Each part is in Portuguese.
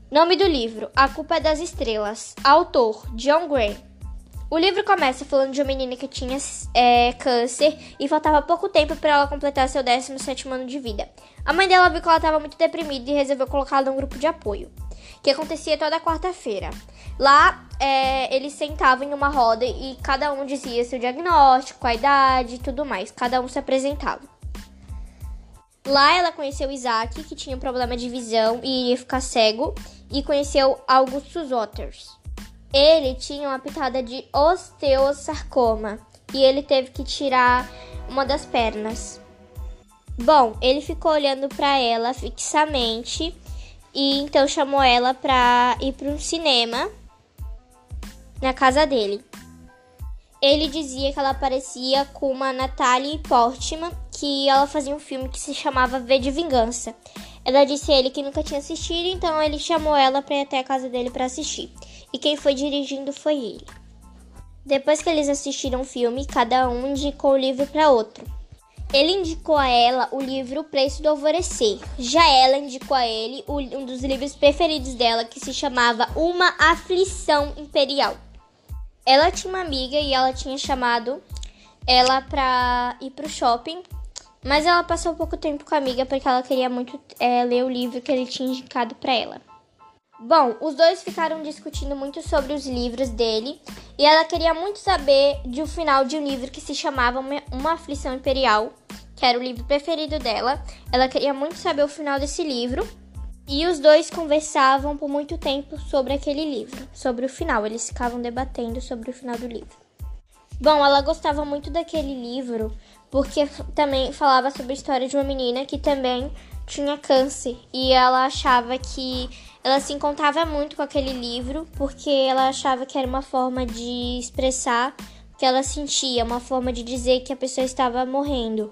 Nome do livro: A Culpa é das Estrelas. Autor: John Gray. O livro começa falando de uma menina que tinha câncer e faltava pouco tempo para ela completar seu 17º ano de vida. A mãe dela viu que ela estava muito deprimida e resolveu colocá-la num grupo de apoio, que acontecia toda quarta-feira. Lá, eles sentavam em uma roda e cada um dizia seu diagnóstico, a idade e tudo mais. Cada um se apresentava. Lá ela conheceu Isaac, que tinha um problema de visão e iria ficar cego, e conheceu Augustus Waters. Ele tinha uma pitada de osteosarcoma e ele teve que tirar uma das pernas. Bom, ele ficou olhando para ela fixamente e então chamou ela para ir para um cinema na casa dele. Ele dizia que ela parecia com uma Natalie Portman, que ela fazia um filme que se chamava V de Vingança. Ela disse a ele que nunca tinha assistido, então ele chamou ela para ir até a casa dele para assistir. E quem foi dirigindo foi ele. Depois que eles assistiram o filme, cada um indicou o livro para outro. Ele indicou a ela o livro O Preço do Alvorecer. Já ela indicou a ele um dos livros preferidos dela, que se chamava Uma Aflição Imperial. Ela tinha uma amiga e ela tinha chamado ela para ir pro shopping, mas ela passou pouco tempo com a amiga porque ela queria muito ler o livro que ele tinha indicado para ela. Bom, os dois ficaram discutindo muito sobre os livros dele e ela queria muito saber do final de um livro que se chamava Uma Aflição Imperial, que era o livro preferido dela. Ela queria muito saber o final desse livro e os dois conversavam por muito tempo sobre aquele livro, sobre o final. Eles ficavam debatendo sobre o final do livro. Bom, ela gostava muito daquele livro porque também falava sobre a história de uma menina que também tinha câncer e ela achava que ela se encontrava muito com aquele livro porque ela achava que era uma forma de expressar o que ela sentia, uma forma de dizer que a pessoa estava morrendo.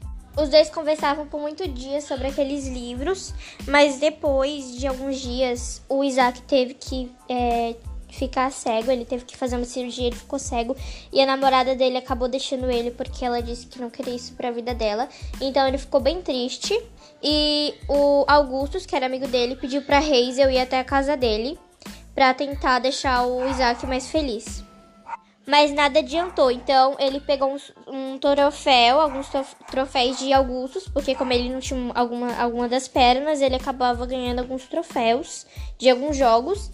Os dois conversavam por muitos dias sobre aqueles livros, mas depois de alguns dias o Isaac teve que ficar cego, ele teve que fazer uma cirurgia, ele ficou cego e a namorada dele acabou deixando ele porque ela disse que não queria isso pra vida dela. Então ele ficou bem triste e o Augustus, que era amigo dele, pediu pra Hazel ir até a casa dele pra tentar deixar o Isaac mais feliz. Mas nada adiantou, então ele pegou um troféu, alguns troféus de Augustus, porque como ele não tinha alguma das pernas, ele acabava ganhando alguns troféus de alguns jogos.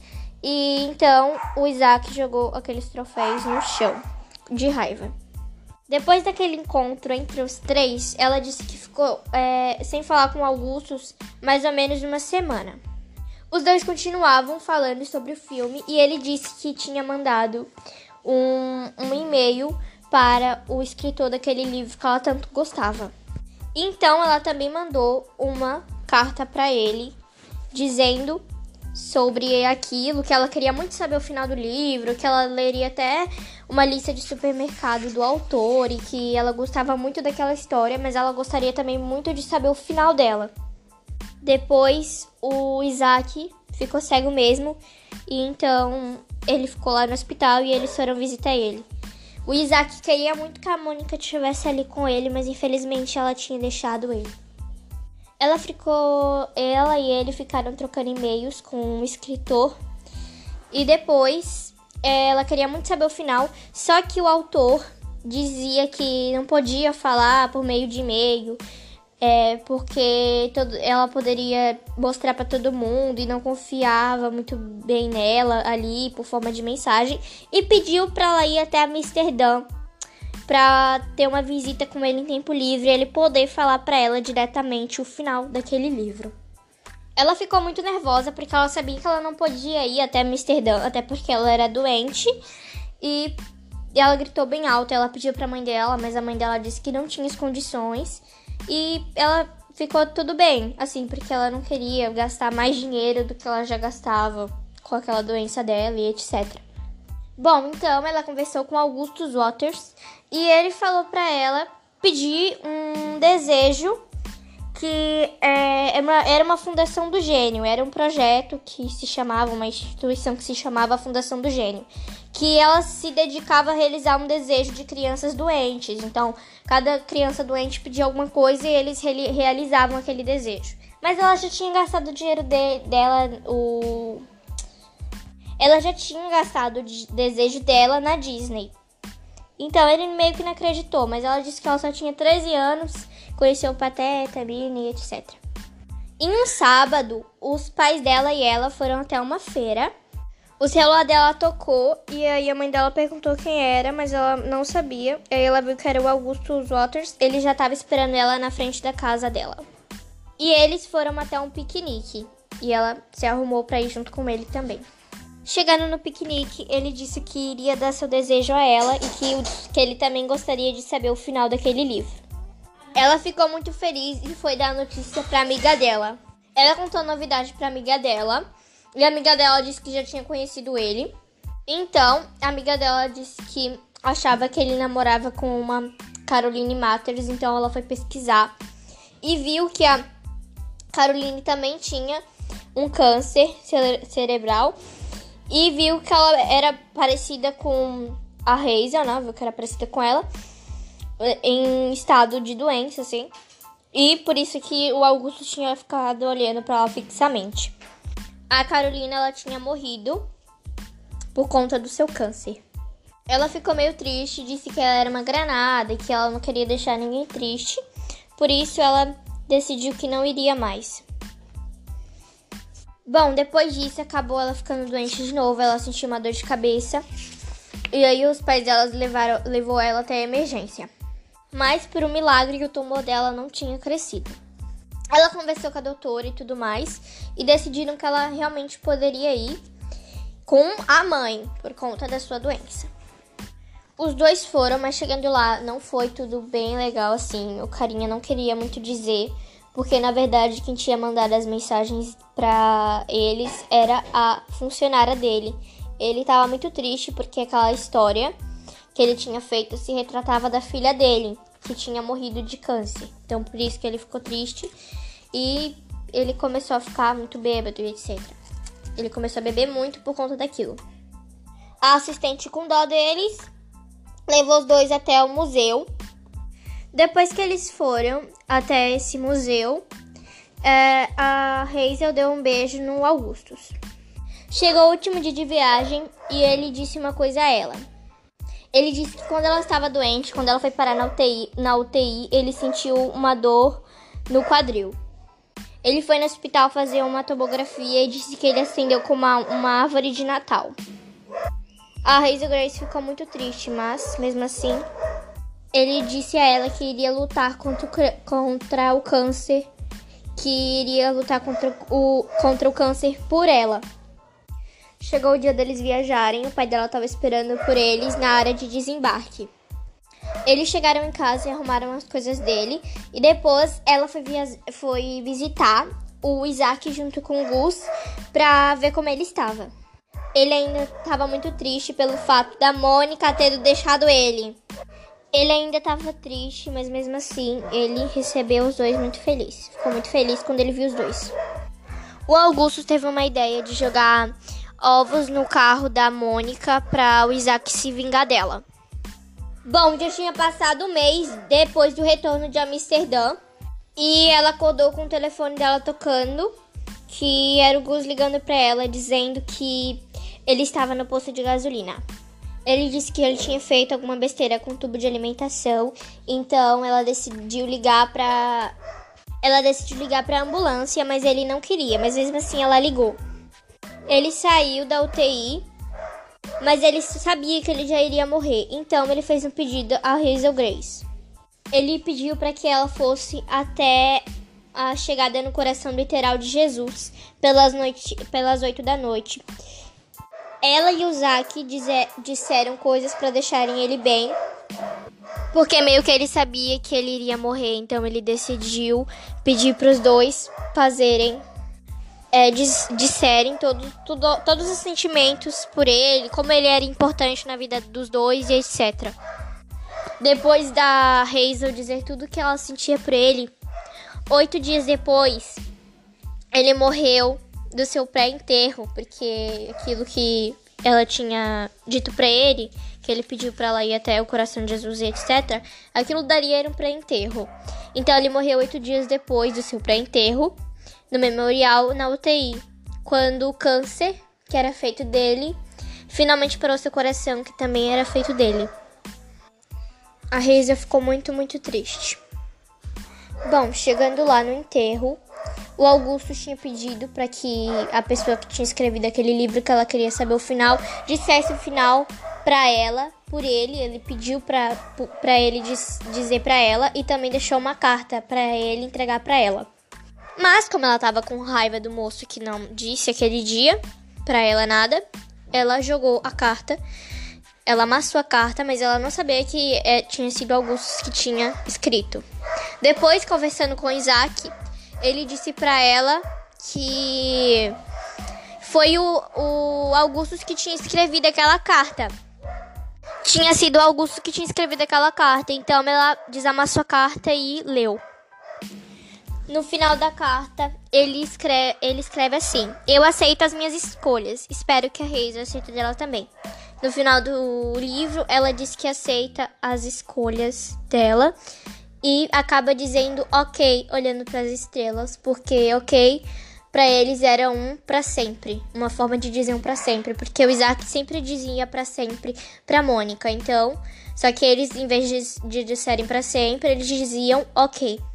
E então o Isaac jogou aqueles troféus no chão, de raiva. Depois daquele encontro entre os três, ela disse que ficou sem falar com Augustus mais ou menos uma semana. Os dois continuavam falando sobre o filme e ele disse que tinha mandado um e-mail para o escritor daquele livro que ela tanto gostava. Então ela também mandou uma carta para ele dizendo sobre aquilo, que ela queria muito saber o final do livro, que ela leria até uma lista de supermercado do autor e que ela gostava muito daquela história, mas ela gostaria também muito de saber o final dela. Depois o Isaac ficou cego mesmo e então ele ficou lá no hospital e eles foram visitar ele. O Isaac queria muito que a Mônica estivesse ali com ele, mas infelizmente ela tinha deixado ele. Ela e ele ficaram trocando e-mails com o escritor e depois ela queria muito saber o final, só que o autor dizia que não podia falar por meio de e-mail, porque ela poderia mostrar para todo mundo e não confiava muito bem nela ali por forma de mensagem e pediu para ela ir até Amsterdã para ter uma visita com ele em tempo livre e ele poder falar para ela diretamente o final daquele livro. Ela ficou muito nervosa porque ela sabia que ela não podia ir até Amsterdã, até porque ela era doente e ela gritou bem alto. Ela pediu para a mãe dela, mas a mãe dela disse que não tinha as condições e ela ficou tudo bem, assim, porque ela não queria gastar mais dinheiro do que ela já gastava com aquela doença dela e etc. Bom, então ela conversou com Augustus Waters e ele falou para ela pedir um desejo que era uma fundação do gênio, era um projeto que se chamava, uma instituição que se chamava Fundação do Gênio, que ela se dedicava a realizar um desejo de crianças doentes. Então, cada criança doente pedia alguma coisa e eles realizavam aquele desejo. Mas ela já tinha gastado o dinheiro dela, ela já tinha gastado o desejo dela na Disney. Então ele meio que não acreditou, mas ela disse que ela só tinha 13 anos, conheceu o Pateta, Minnie, etc. Em um sábado, os pais dela e ela foram até uma feira. O celular dela tocou e aí a mãe dela perguntou quem era, mas ela não sabia. Aí ela viu que era o Augustus Waters, ele já estava esperando ela na frente da casa dela. E eles foram até um piquenique e ela se arrumou para ir junto com ele também. Chegando no piquenique, ele disse que iria dar seu desejo a ela e que ele também gostaria de saber o final daquele livro. Ela ficou muito feliz e foi dar a notícia para a amiga dela. Ela contou a novidade para a amiga dela e a amiga dela disse que já tinha conhecido ele. Então, a amiga dela disse que achava que ele namorava com uma Caroline Mathers, então ela foi pesquisar e viu que a Caroline também tinha um câncer cerebral. E viu que ela era parecida com a Hazel, né? Viu que era parecida com ela em estado de doença, assim. E por isso que o Augusto tinha ficado olhando pra ela fixamente. A Carolina, ela tinha morrido por conta do seu câncer. Ela ficou meio triste, disse que ela era uma granada e que ela não queria deixar ninguém triste. Por isso, ela decidiu que não iria mais. Bom, depois disso, acabou ela ficando doente de novo, ela sentiu uma dor de cabeça. E aí os pais dela levou ela até a emergência. Mas, por um milagre, o tumor dela não tinha crescido. Ela conversou com a doutora e tudo mais, e decidiram que ela realmente poderia ir com a mãe, por conta da sua doença. Os dois foram, mas chegando lá, não foi tudo bem legal, assim. O carinha não queria muito dizer, porque, na verdade, quem tinha mandado as mensagens pra eles era a funcionária dele. Ele estava muito triste porque aquela história que ele tinha feito se retratava da filha dele, que tinha morrido de câncer. Então, por isso que ele ficou triste e ele começou a ficar muito bêbado e etc. Ele começou a beber muito por conta daquilo. A assistente, com dó deles, levou os dois até o museu. Depois que eles foram até esse museu, a Hazel deu um beijo no Augustus. Chegou o último dia de viagem e ele disse uma coisa a ela. Ele disse que quando ela estava doente, quando ela foi parar na UTI, ele sentiu uma dor no quadril. Ele foi no hospital fazer uma tomografia e disse que ele acendeu com uma árvore de Natal. A Hazel Grace ficou muito triste, mas, mesmo assim, ele disse a ela que iria lutar contra o câncer, que iria lutar contra o câncer por ela. Chegou o dia deles viajarem, o pai dela estava esperando por eles na área de desembarque. Eles chegaram em casa e arrumaram as coisas dele, e depois ela foi visitar o Isaac junto com o Gus para ver como ele estava. Ele ainda estava muito triste pelo fato da Mônica ter deixado ele. Ele ainda estava triste, mas mesmo assim, ele recebeu os dois muito feliz. Ficou muito feliz quando ele viu os dois. O Augusto teve uma ideia de jogar ovos no carro da Mônica para o Isaac se vingar dela. Bom, já tinha passado um mês depois do retorno de Amsterdã e ela acordou com o telefone dela tocando, que era o Gus ligando para ela, dizendo que ele estava no posto de gasolina. Ele disse que ele tinha feito alguma besteira com o tubo de alimentação, então ela decidiu ligar para a ambulância, mas ele não queria, mas mesmo assim ela ligou. Ele saiu da UTI, mas ele sabia que ele já iria morrer, então ele fez um pedido a Hazel Grace. Ele pediu para que ela fosse até a chegada no coração literal de Jesus pelas 8 da noite. Ela e o Isaac disseram coisas para deixarem ele bem, porque meio que ele sabia que ele iria morrer, então ele decidiu pedir para os dois fazerem, disserem todos os sentimentos por ele, como ele era importante na vida dos dois e etc. Depois da Hazel dizer tudo que ela sentia por ele, 8 dias depois, ele morreu do seu pré-enterro, porque aquilo que ela tinha dito pra ele, que ele pediu pra ela ir até o coração de Jesus e etc., aquilo daria era um pré-enterro. Então ele morreu 8 dias depois do seu pré-enterro, no memorial na UTI, quando o câncer, que era feito dele, finalmente parou seu coração, que também era feito dele. A Hazel ficou muito, muito triste. Bom, chegando lá no enterro, o Augusto tinha pedido para que a pessoa que tinha escrevido aquele livro, que ela queria saber o final, dissesse o final para ela, por ele. Ele pediu para ele dizer para ela e também deixou uma carta para ele entregar para ela. Mas como ela tava com raiva do moço que não disse aquele dia para ela nada, ela jogou a carta. Ela amassou a carta, mas ela não sabia que tinha sido Augusto que tinha escrito. Depois, conversando com Isaac, ele disse pra ela que foi o Augusto que tinha escrevido aquela carta. Tinha sido o Augusto que tinha escrevido aquela carta. Então, ela desamassou a carta e leu. No final da carta, ele escreve assim: eu aceito as minhas escolhas. Espero que a Hazel aceite dela também. No final do livro, ela diz que aceita as escolhas dela e acaba dizendo ok, olhando para as estrelas, porque ok para eles era um para sempre, uma forma de dizer um para sempre, porque o Isaac sempre dizia para sempre para Mônica. Então, só que eles, em vez de disserem para sempre, eles diziam ok.